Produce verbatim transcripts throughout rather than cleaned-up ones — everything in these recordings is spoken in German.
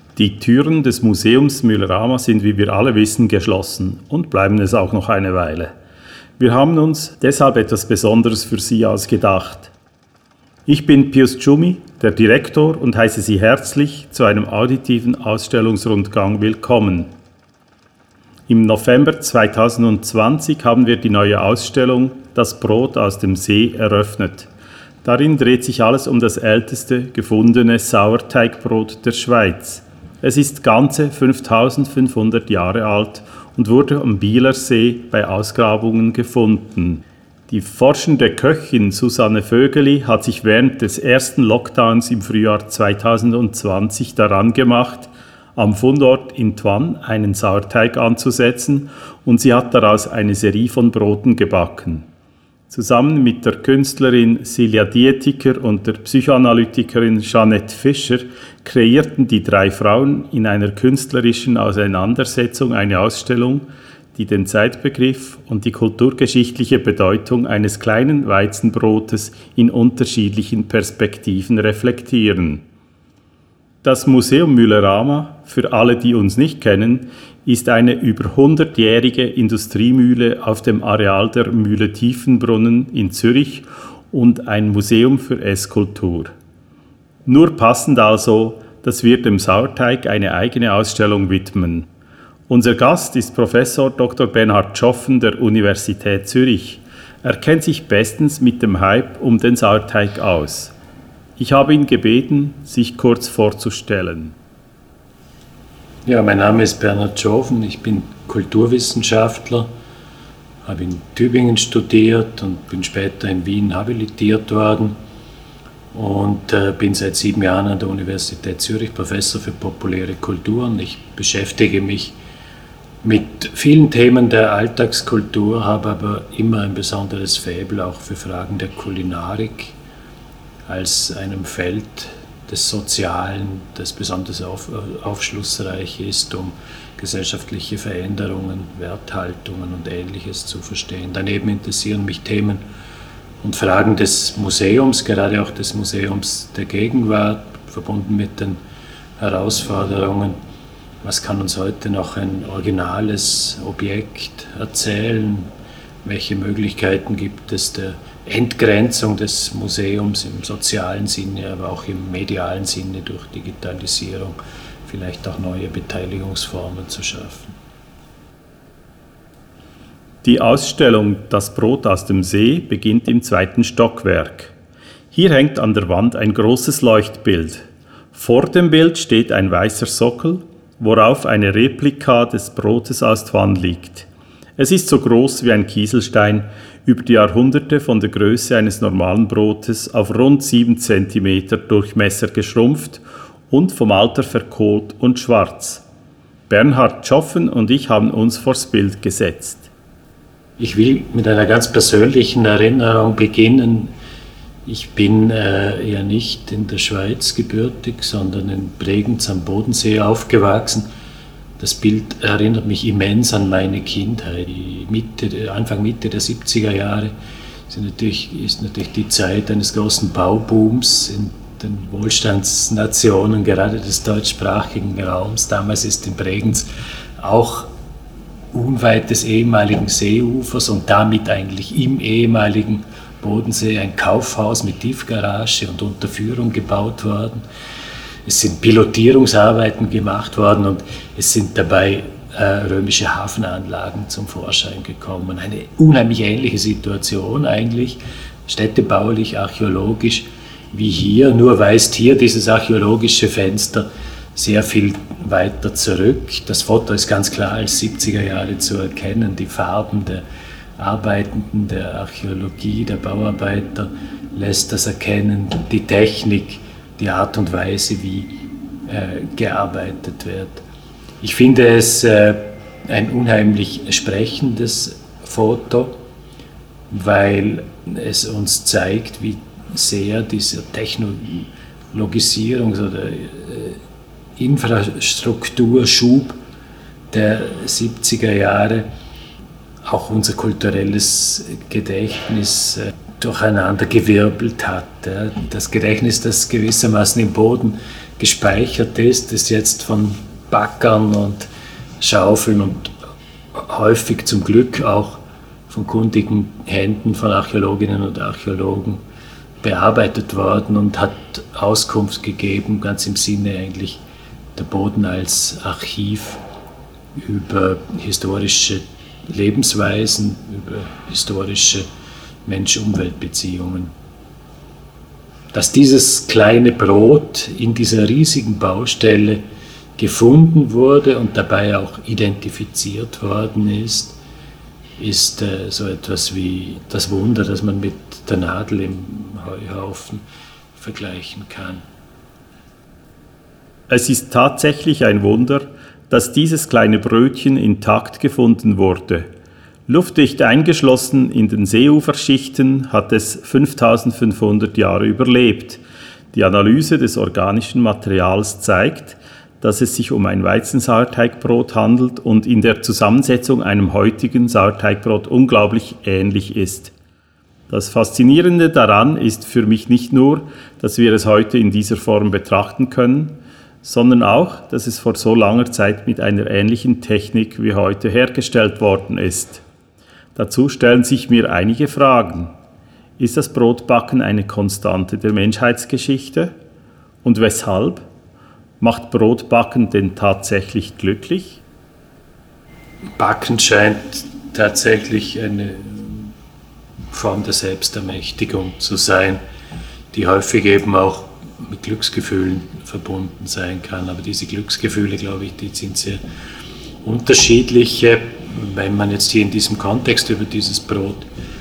Die Türen des Museums Müller-Ama sind, wie wir alle wissen, geschlossen und bleiben es auch noch eine Weile. Wir haben uns deshalb etwas Besonderes für Sie ausgedacht. Ich bin Pius Tschumi, der Direktor, und heiße Sie herzlich zu einem auditiven Ausstellungsrundgang willkommen. Im November zweitausendzwanzig haben wir die neue Ausstellung Das Brot aus dem See eröffnet. Darin dreht sich alles um das älteste gefundene Sauerteigbrot der Schweiz. Es ist ganze fünftausendfünfhundert Jahre alt und wurde am Bielersee bei Ausgrabungen gefunden. Die forschende Köchin Susanne Vögeli hat sich während des ersten Lockdowns im Frühjahr zweitausendzwanzig daran gemacht, am Fundort in Twann einen Sauerteig anzusetzen, und sie hat daraus eine Serie von Broten gebacken. Zusammen mit der Künstlerin Silja Dietiker und der Psychoanalytikerin Jeanette Fischer kreierten die drei Frauen in einer künstlerischen Auseinandersetzung eine Ausstellung, die den Zeitbegriff und die kulturgeschichtliche Bedeutung eines kleinen Weizenbrotes in unterschiedlichen Perspektiven reflektieren. Das Museum Müller-Ama, für alle, die uns nicht kennen, ist eine über hundertjährige Industriemühle auf dem Areal der Mühle Tiefenbrunnen in Zürich und ein Museum für Esskultur. Nur passend also, dass wir dem Sauerteig eine eigene Ausstellung widmen. Unser Gast ist Professor Doktor Bernhard Tschoffen der Universität Zürich. Er kennt sich bestens mit dem Hype um den Sauerteig aus. Ich habe ihn gebeten, sich kurz vorzustellen. Ja, mein Name ist Bernhard Tschoffen, ich bin Kulturwissenschaftler, habe in Tübingen studiert und bin später in Wien habilitiert worden und äh, bin seit sieben Jahren an der Universität Zürich Professor für populäre Kulturen. Ich beschäftige mich mit vielen Themen der Alltagskultur, habe aber immer ein besonderes Faible auch für Fragen der Kulinarik als einem Feld des Sozialen, das besonders auf, aufschlussreich ist, um gesellschaftliche Veränderungen, Werthaltungen und Ähnliches zu verstehen. Daneben interessieren mich Themen und Fragen des Museums, gerade auch des Museums der Gegenwart, verbunden mit den Herausforderungen. Was kann uns heute noch ein originales Objekt erzählen? Welche Möglichkeiten gibt es der Entgrenzung des Museums im sozialen Sinne, aber auch im medialen Sinne durch Digitalisierung, vielleicht auch neue Beteiligungsformen zu schaffen? Die Ausstellung Das Brot aus dem See beginnt im zweiten Stockwerk. Hier hängt an der Wand ein großes Leuchtbild. Vor dem Bild steht ein weißer Sockel, worauf eine Replika des Brotes aus Twann liegt. Es ist so groß wie ein Kieselstein, über die Jahrhunderte von der Größe eines normalen Brotes auf rund sieben Zentimeter Durchmesser geschrumpft und vom Alter verkohlt und schwarz. Bernhard Tschoffen und ich haben uns vors Bild gesetzt. Ich will mit einer ganz persönlichen Erinnerung beginnen. Ich bin äh, ja nicht in der Schweiz gebürtig, sondern in Bregenz am Bodensee aufgewachsen. Das Bild erinnert mich immens an meine Kindheit. Die Mitte, Anfang Mitte der siebziger Jahre ist natürlich, ist natürlich die Zeit eines großen Baubooms in den Wohlstandsnationen, gerade des deutschsprachigen Raums. Damals ist in Bregenz auch unweit des ehemaligen Seeufers und damit eigentlich im ehemaligen Bodensee ein Kaufhaus mit Tiefgarage und Unterführung gebaut worden. Es sind Pilotierungsarbeiten gemacht worden und es sind dabei äh, römische Hafenanlagen zum Vorschein gekommen. Eine unheimlich ähnliche Situation eigentlich, städtebaulich, archäologisch, wie hier, nur weist hier dieses archäologische Fenster sehr viel weiter zurück. Das Foto ist ganz klar als siebziger Jahre zu erkennen, die Farben der Arbeitenden, der Archäologie, der Bauarbeiter lässt das erkennen, die Technik, die Art und Weise, wie äh, gearbeitet wird. Ich finde es äh, ein unheimlich sprechendes Foto, weil es uns zeigt, wie sehr dieser Technologisierungs- oder äh, Infrastrukturschub der siebziger Jahre auch unser kulturelles Gedächtnis äh, durcheinandergewirbelt hat. Das Gedächtnis, das gewissermaßen im Boden gespeichert ist, ist jetzt von Backern und Schaufeln und häufig zum Glück auch von kundigen Händen von Archäologinnen und Archäologen bearbeitet worden und hat Auskunft gegeben, ganz im Sinne eigentlich der Boden als Archiv über historische Lebensweisen, über historische Mensch-Umwelt-Beziehungen. Dass dieses kleine Brot in dieser riesigen Baustelle gefunden wurde und dabei auch identifiziert worden ist, ist äh, so etwas wie das Wunder, das man mit der Nadel im Heuhaufen vergleichen kann. Es ist tatsächlich ein Wunder, dass dieses kleine Brötchen intakt gefunden wurde. Luftdicht eingeschlossen in den Seeuferschichten hat es fünftausendfünfhundert Jahre überlebt. Die Analyse des organischen Materials zeigt, dass es sich um ein Weizensauerteigbrot handelt und in der Zusammensetzung einem heutigen Sauerteigbrot unglaublich ähnlich ist. Das Faszinierende daran ist für mich nicht nur, dass wir es heute in dieser Form betrachten können, sondern auch, dass es vor so langer Zeit mit einer ähnlichen Technik wie heute hergestellt worden ist. Dazu stellen sich mir einige Fragen. Ist das Brotbacken eine Konstante der Menschheitsgeschichte? Und weshalb? Macht Brotbacken denn tatsächlich glücklich? Backen scheint tatsächlich eine Form der Selbstermächtigung zu sein, die häufig eben auch mit Glücksgefühlen verbunden sein kann. Aber diese Glücksgefühle, glaube ich, die sind sehr unterschiedliche. Wenn man jetzt hier in diesem Kontext über dieses Brot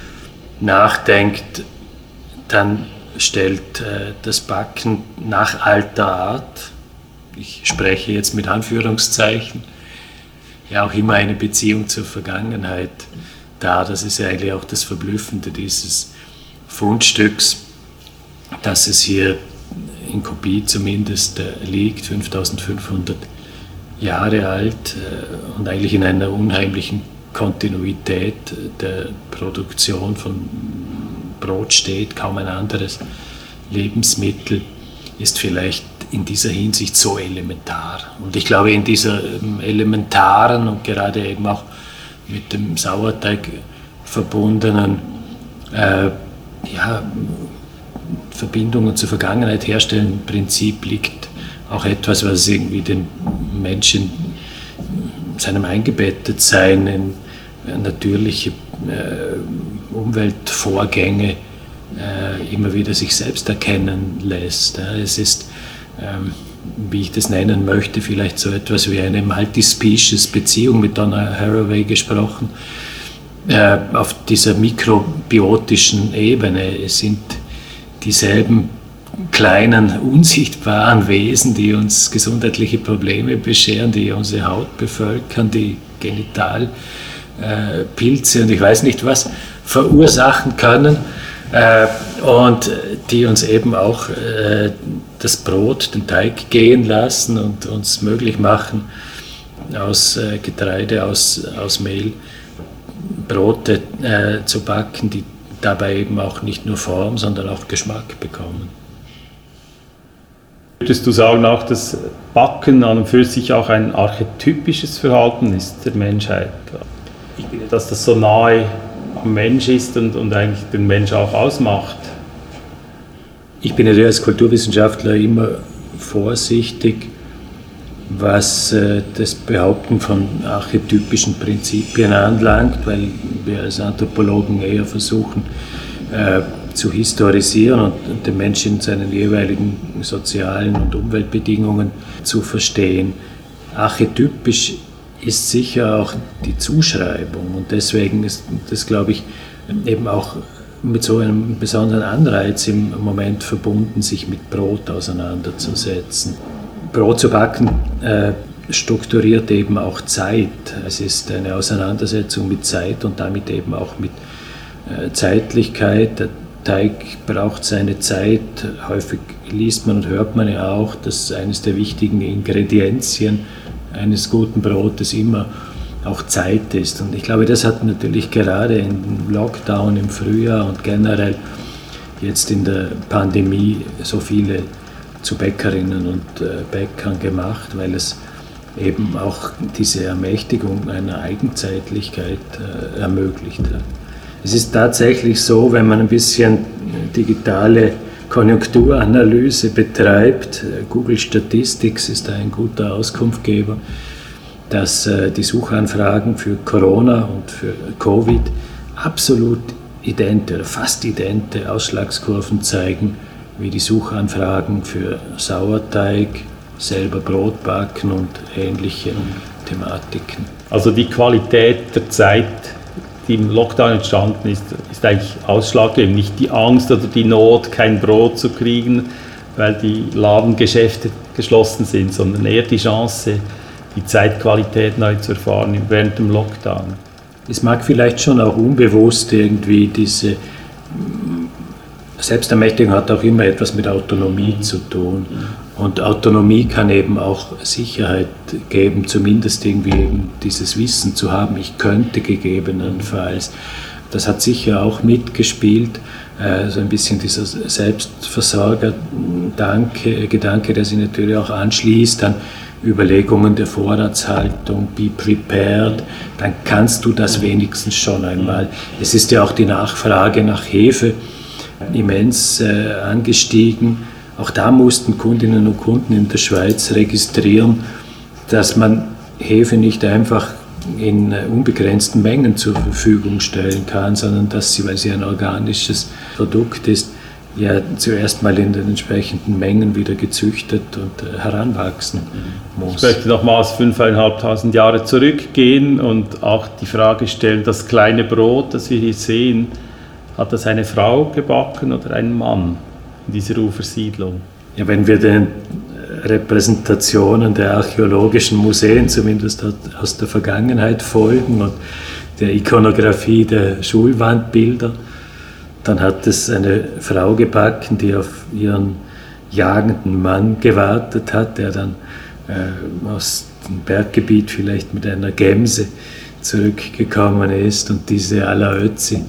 nachdenkt, dann stellt äh, das Backen nach alter Art, ich spreche jetzt mit Anführungszeichen, ja auch immer eine Beziehung zur Vergangenheit dar. Das ist ja eigentlich auch das Verblüffende dieses Fundstücks, dass es hier in Kopie zumindest äh, liegt, fünftausendfünfhundert Jahre alt äh, und eigentlich in einer unheimlichen Kontinuität der Produktion von Brot steht. Kaum ein anderes Lebensmittel ist vielleicht in dieser Hinsicht so elementar. Und ich glaube, in dieser ähm, elementaren und gerade eben auch mit dem Sauerteig verbundenen äh, ja, Verbindungen zur Vergangenheit herstellen Prinzip liegt auch etwas, was irgendwie den Menschen seinem Eingebettetsein in natürliche äh, Umweltvorgänge äh, immer wieder sich selbst erkennen lässt. Ja, es ist, ähm, wie ich das nennen möchte, vielleicht so etwas wie eine Multispecies-Beziehung, mit Donna Haraway gesprochen, äh, auf dieser mikrobiotischen Ebene. Es sind dieselben kleinen, unsichtbaren Wesen, die uns gesundheitliche Probleme bescheren, die unsere Haut bevölkern, die Genitalpilze äh, und ich weiß nicht was verursachen können äh, und die uns eben auch äh, das Brot, den Teig gehen lassen und uns möglich machen, aus äh, Getreide, aus, aus Mehl Brote äh, zu backen, die dabei eben auch nicht nur Form, sondern auch Geschmack bekommen. Würdest du sagen auch, dass Backen an und für sich auch ein archetypisches Verhalten ist der Menschheit? Dass das so nahe am Mensch ist und, und eigentlich den Mensch auch ausmacht? Ich bin natürlich als Kulturwissenschaftler immer vorsichtig, was äh, das Behaupten von archetypischen Prinzipien anlangt, weil wir als Anthropologen eher versuchen, äh, zu historisieren und den Menschen in seinen jeweiligen sozialen und Umweltbedingungen zu verstehen. Archetypisch ist sicher auch die Zuschreibung und deswegen ist das, glaube ich, eben auch mit so einem besonderen Anreiz im Moment verbunden, sich mit Brot auseinanderzusetzen. Brot zu backen äh, strukturiert eben auch Zeit. Es ist eine Auseinandersetzung mit Zeit und damit eben auch mit äh, Zeitlichkeit. Der Teig braucht seine Zeit. Häufig liest man und hört man ja auch, dass eines der wichtigen Ingredienzien eines guten Brotes immer auch Zeit ist. Und ich glaube, das hat natürlich gerade im Lockdown im Frühjahr und generell jetzt in der Pandemie so viele zu Bäckerinnen und äh, Bäckern gemacht, weil es eben auch diese Ermächtigung einer Eigenzeitlichkeit äh, ermöglicht hat. Es ist tatsächlich so, wenn man ein bisschen digitale Konjunkturanalyse betreibt, Google Statistics ist da ein guter Auskunftgeber, dass äh, die Suchanfragen für Corona und für Covid absolut idente oder fast idente Ausschlagskurven zeigen, wie die Suchanfragen für Sauerteig, selber Brot backen und ähnliche Thematiken. Also die Qualität der Zeit, die im Lockdown entstanden ist, ist eigentlich ausschlaggebend. Nicht die Angst oder die Not, kein Brot zu kriegen, weil die Ladengeschäfte geschlossen sind, sondern eher die Chance, die Zeitqualität neu zu erfahren während dem Lockdown. Es mag vielleicht schon auch unbewusst irgendwie diese Selbstermächtigung hat auch immer etwas mit Autonomie zu tun. Und Autonomie kann eben auch Sicherheit geben, zumindest irgendwie eben dieses Wissen zu haben, ich könnte gegebenenfalls. Das hat sicher auch mitgespielt, äh, so ein bisschen dieser Selbstversorger-Gedanke, der sich natürlich auch anschließt an Überlegungen der Vorratshaltung, be prepared, dann kannst du das wenigstens schon einmal. Es ist ja auch die Nachfrage nach Hefe immens äh, angestiegen. Auch da mussten Kundinnen und Kunden in der Schweiz registrieren, dass man Hefe nicht einfach in äh, unbegrenzten Mengen zur Verfügung stellen kann, sondern dass sie, weil sie ein organisches Produkt ist, ja zuerst mal in den entsprechenden Mengen wieder gezüchtet und äh, heranwachsen muss. Ich möchte nochmals fünfeinhalbtausend Jahre zurückgehen und auch die Frage stellen, das kleine Brot, das wir hier sehen, hat das eine Frau gebacken oder ein Mann in dieser Ufersiedlung? Ja, wenn wir den Repräsentationen der archäologischen Museen zumindest aus der Vergangenheit folgen und der Ikonografie der Schulwandbilder, dann hat es eine Frau gebacken, die auf ihren jagenden Mann gewartet hat, der dann äh, aus dem Berggebiet vielleicht mit einer Gemse zurückgekommen ist und diese à la Ötzi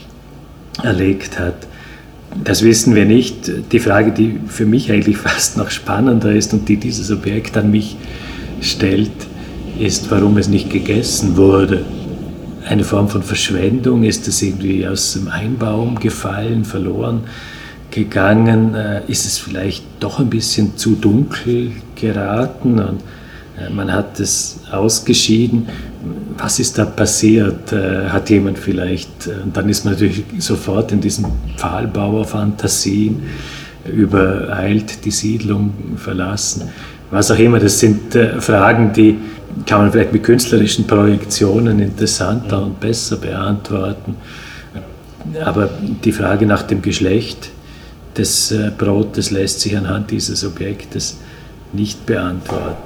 erlegt hat. Das wissen wir nicht. Die Frage, die für mich eigentlich fast noch spannender ist und die dieses Objekt an mich stellt, ist, warum es nicht gegessen wurde. Eine Form von Verschwendung, ist es irgendwie aus dem Einbaum gefallen, verloren gegangen, ist es vielleicht doch ein bisschen zu dunkel geraten und man hat es ausgeschieden. Was ist da passiert? Hat jemand vielleicht, und dann ist man natürlich sofort in diesen Pfahlbauer-Fantasien, übereilt die Siedlung verlassen. Was auch immer, das sind Fragen, die kann man vielleicht mit künstlerischen Projektionen interessanter und besser beantworten. Aber die Frage nach dem Geschlecht des Brotes lässt sich anhand dieses Objektes nicht beantworten.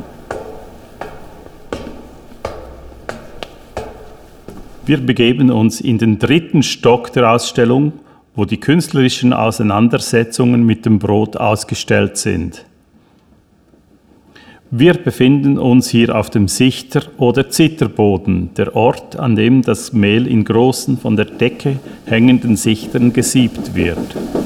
Wir begeben uns in den dritten Stock der Ausstellung, wo die künstlerischen Auseinandersetzungen mit dem Brot ausgestellt sind. Wir befinden uns hier auf dem Sichter- oder Zitterboden, der Ort, an dem das Mehl in großen, von der Decke hängenden Sichtern gesiebt wird.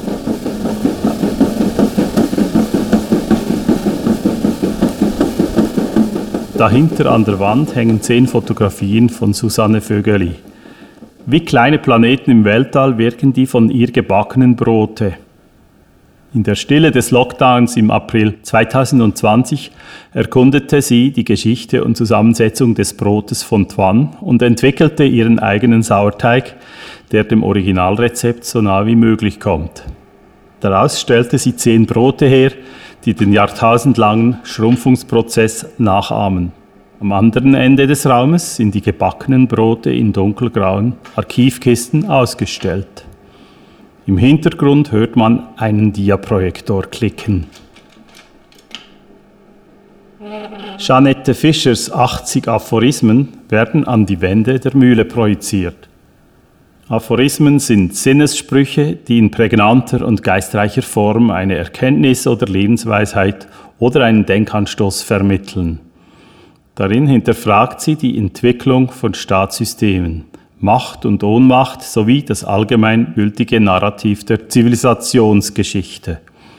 Dahinter an der Wand hängen zehn Fotografien von Susanne Vögeli. Wie kleine Planeten im Weltall wirken die von ihr gebackenen Brote. In der Stille des Lockdowns im April zweitausendzwanzig erkundete sie die Geschichte und Zusammensetzung des Brotes von Twan und entwickelte ihren eigenen Sauerteig, der dem Originalrezept so nah wie möglich kommt. Daraus stellte sie zehn Brote her, die den jahrtausendlangen Schrumpfungsprozess nachahmen. Am anderen Ende des Raumes sind die gebackenen Brote in dunkelgrauen Archivkisten ausgestellt. Im Hintergrund hört man einen Diaprojektor klicken. Jeanette Fischers achtzig Aphorismen werden an die Wände der Mühle projiziert. Aphorismen sind Sinnessprüche, die in prägnanter und geistreicher Form eine Erkenntnis oder Lebensweisheit oder einen Denkanstoß vermitteln. Darin hinterfragt sie die Entwicklung von Staatssystemen, Macht und Ohnmacht sowie das allgemeingültige Narrativ der Zivilisationsgeschichte.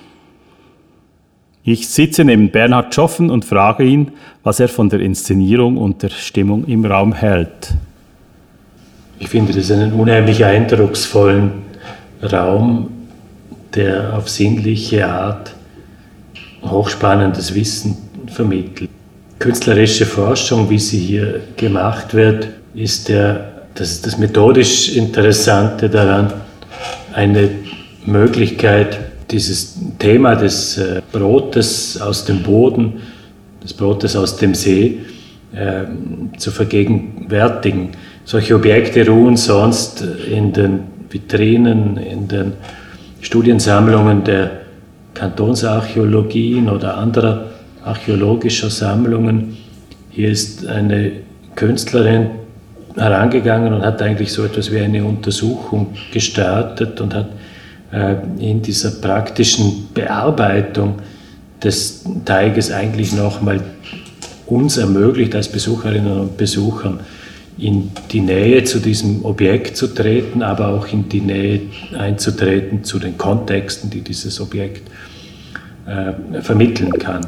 Ich sitze neben Bernhard Schoffen und frage ihn, was er von der Inszenierung und der Stimmung im Raum hält. Ich finde das einen unheimlich eindrucksvollen Raum, der auf sinnliche Art hochspannendes Wissen vermittelt. Künstlerische Forschung, wie sie hier gemacht wird, ist der, das, das methodisch Interessante daran, eine Möglichkeit, dieses Thema des äh, Brotes aus dem Boden, des Brotes aus dem See, äh, zu vergegenwärtigen. Solche Objekte ruhen sonst in den Vitrinen, in den Studiensammlungen der Kantonsarchäologien oder anderer archäologischer Sammlungen. Hier ist eine Künstlerin herangegangen und hat eigentlich so etwas wie eine Untersuchung gestartet und hat äh, in dieser praktischen Bearbeitung des Teiges eigentlich nochmal uns ermöglicht, als Besucherinnen und Besuchern, in die Nähe zu diesem Objekt zu treten, aber auch in die Nähe einzutreten zu den Kontexten, die dieses Objekt äh, vermitteln kann.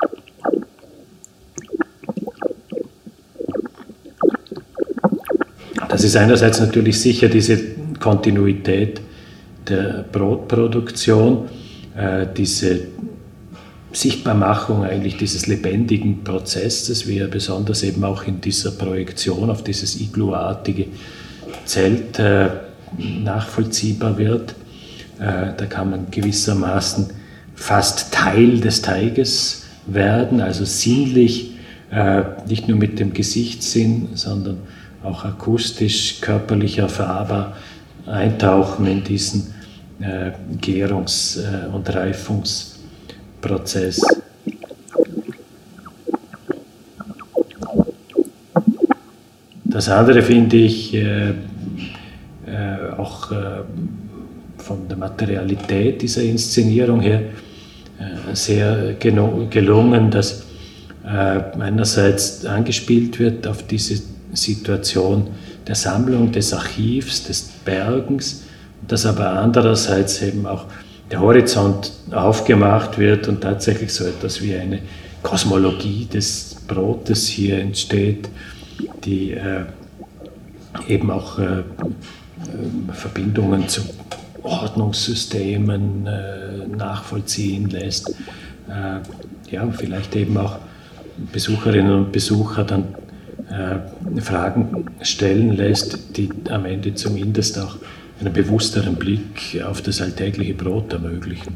Das ist einerseits natürlich sicher diese Kontinuität der Brotproduktion, äh, diese Sichtbarmachung eigentlich dieses lebendigen Prozesses, wie er besonders eben auch in dieser Projektion auf dieses igluartige Zelt äh, nachvollziehbar wird. Äh, da kann man gewissermaßen fast Teil des Teiges werden, also sinnlich, äh, nicht nur mit dem Gesichtssinn, sondern auch akustisch, körperlich erfahrbar eintauchen in diesen äh, Gärungs- äh, und Reifungsprozess. Das andere finde ich äh, äh, auch äh, von der Materialität dieser Inszenierung her äh, sehr geno- gelungen, dass äh, einerseits angespielt wird auf diese Situation der Sammlung, des Archivs, des Bergens, dass aber andererseits eben auch der Horizont aufgemacht wird und tatsächlich so etwas wie eine Kosmologie des Brotes hier entsteht, die äh, eben auch äh, äh, Verbindungen zu Ordnungssystemen äh, nachvollziehen lässt. Äh, ja, vielleicht eben auch Besucherinnen und Besucher dann äh, Fragen stellen lässt, die am Ende zumindest auch einen bewussteren Blick auf das alltägliche Brot ermöglichen.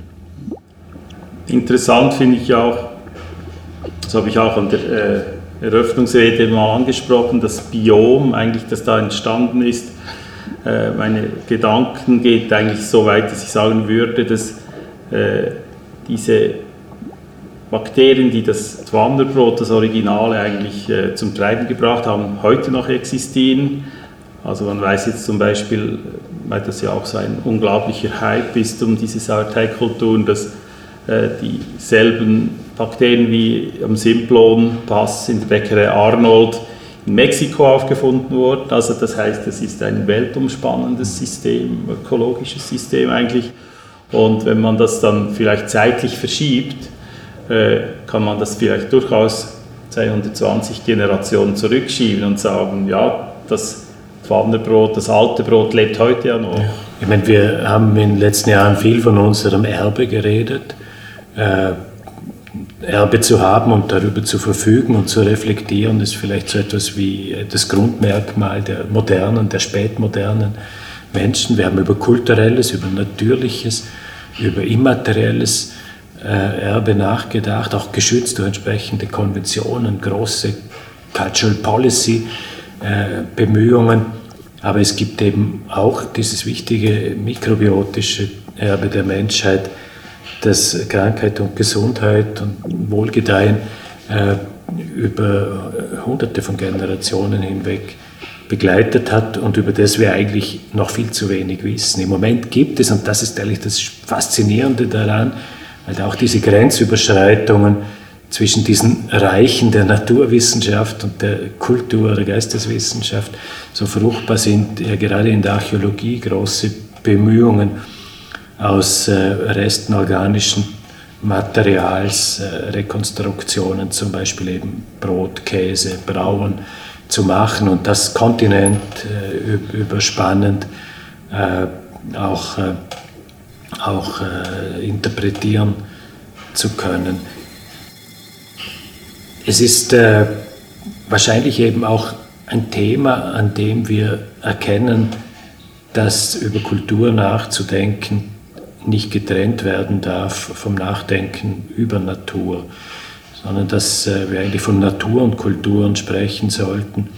Interessant finde ich auch, das habe ich auch an der äh, Eröffnungsrede mal angesprochen, das Biom eigentlich, das da entstanden ist. Äh, meine Gedanken geht eigentlich so weit, dass ich sagen würde, dass äh, diese Bakterien, die das Wanderbrot, das Originale, eigentlich äh, zum Treiben gebracht haben, heute noch existieren. Also man weiß jetzt zum Beispiel, weil das ja auch so ein unglaublicher Hype ist um diese Sauerteigkulturen, dass äh, dieselben Bakterien wie am Simplon-Pass in der Bäckerei Arnold in Mexiko aufgefunden wurden. Also das heißt, es ist ein weltumspannendes System, ökologisches System eigentlich. Und wenn man das dann vielleicht zeitlich verschiebt, kann man das vielleicht durchaus zweihundertzwanzig Generationen zurückschieben und sagen, ja, das Wanderbrot, das alte Brot lebt heute ja noch. Ich meine, wir haben in den letzten Jahren viel von unserem Erbe geredet. Äh, Erbe zu haben und darüber zu verfügen und zu reflektieren, ist vielleicht so etwas wie das Grundmerkmal der modernen, der spätmodernen Menschen. Wir haben über Kulturelles, über Natürliches, über Immaterielles Erbe nachgedacht, auch geschützt durch entsprechende Konventionen, große Cultural Policy äh, Bemühungen. Aber es gibt eben auch dieses wichtige mikrobiotische Erbe der Menschheit, das Krankheit und Gesundheit und Wohlgedeihen äh, über hunderte von Generationen hinweg begleitet hat und über das wir eigentlich noch viel zu wenig wissen. Im Moment gibt es, und das ist eigentlich das Faszinierende daran, weil auch diese Grenzüberschreitungen zwischen diesen Reichen der Naturwissenschaft und der Kultur- oder Geisteswissenschaft so fruchtbar sind, ja gerade in der Archäologie große Bemühungen aus äh, Resten organischen Materials, äh, Rekonstruktionen, zum Beispiel eben Brot, Käse, Brauen zu machen und das Kontinent äh, überspannend äh, auch, äh, auch äh, interpretieren zu können. Es ist äh, wahrscheinlich eben auch ein Thema, an dem wir erkennen, dass über Kultur nachzudenken nicht getrennt werden darf vom Nachdenken über Natur, sondern dass äh, wir eigentlich von Natur und Kulturen sprechen sollten,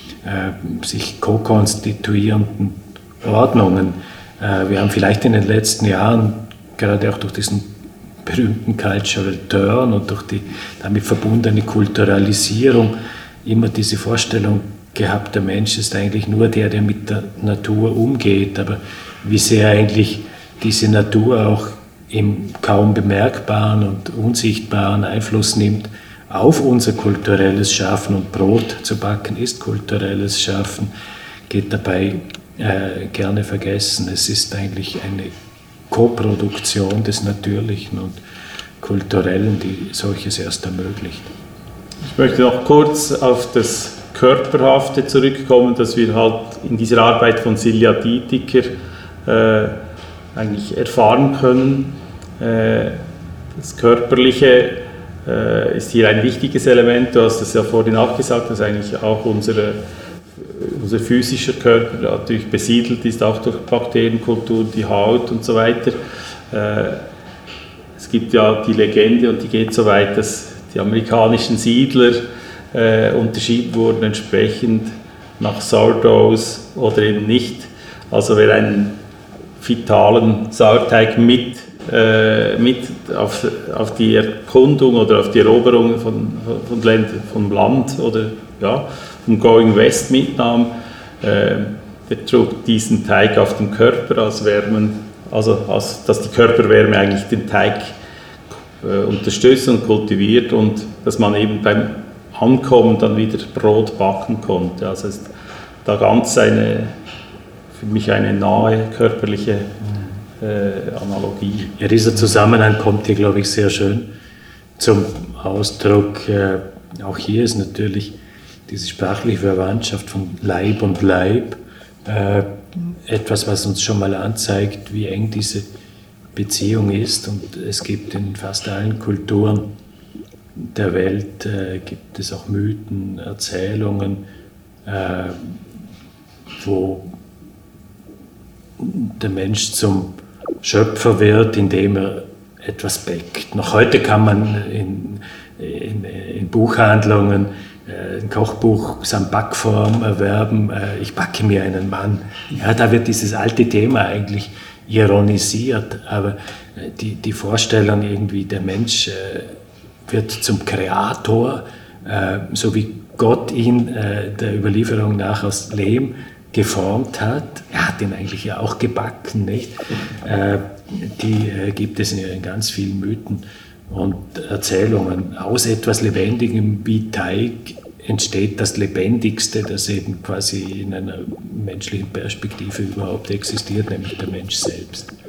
äh, sich ko-konstituierenden Ordnungen. Äh, wir haben vielleicht in den letzten Jahren, gerade auch durch diesen berühmten Cultural Turn und durch die damit verbundene Kulturalisierung, immer diese Vorstellung gehabt, der Mensch ist eigentlich nur der, der mit der Natur umgeht, aber wie sehr eigentlich diese Natur auch im kaum bemerkbaren und unsichtbaren Einfluss nimmt auf unser kulturelles Schaffen, und Brot zu backen ist kulturelles Schaffen, geht dabei äh, gerne vergessen. Es ist eigentlich eine Koproduktion des Natürlichen und Kulturellen, die solches erst ermöglicht. Ich möchte noch kurz auf das Körperhafte zurückkommen, dass wir halt in dieser Arbeit von Silja Dietiker äh, eigentlich erfahren können. Äh, das Körperliche äh, ist hier ein wichtiges Element. Du hast es ja vorhin auch gesagt, dass eigentlich auch unsere, unser physischer Körper natürlich besiedelt ist, auch durch Bakterienkultur, die Haut und so weiter. Äh, es gibt ja die Legende, und die geht so weit, dass die amerikanischen Siedler äh, unterschieden wurden entsprechend nach Sourdoughs oder eben nicht. Also wer einen vitalen Sauerteig mit, äh, mit auf, auf die Erkundung oder auf die Eroberung von, von, von, vom Land oder ja, vom Going West mitnahm, äh, der trug diesen Teig auf dem Körper als Wärmen, also als, dass die Körperwärme eigentlich den Teig äh, unterstützt und kultiviert und dass man eben beim Ankommen dann wieder Brot backen konnte. Also ist da ganz eine, für mich eine nahe körperliche äh, Analogie. Ja, dieser Zusammenhang kommt hier, glaube ich, sehr schön zum Ausdruck. Äh, auch hier ist natürlich diese sprachliche Verwandtschaft von Leib und Leib äh, etwas, was uns schon mal anzeigt, wie eng diese Beziehung ist. Und es gibt in fast allen Kulturen der Welt äh, gibt es auch Mythen, Erzählungen, äh, wo der Mensch zum Schöpfer wird, indem er etwas bäckt. Noch heute kann man in, in, in Buchhandlungen äh, ein Kochbuch samt Backform erwerben, äh, ich backe mir einen Mann. Ja, da wird dieses alte Thema eigentlich ironisiert, aber äh, die, die Vorstellung irgendwie, der Mensch äh, wird zum Kreator, äh, so wie Gott ihn äh, der Überlieferung nach aus Lehm geformt hat. Er hat ihn eigentlich ja auch gebacken, nicht? Äh, die äh, gibt es in, in ganz vielen Mythen und Erzählungen. Aus etwas Lebendigem wie Teig entsteht das Lebendigste, das eben quasi in einer menschlichen Perspektive überhaupt existiert, nämlich der Mensch selbst.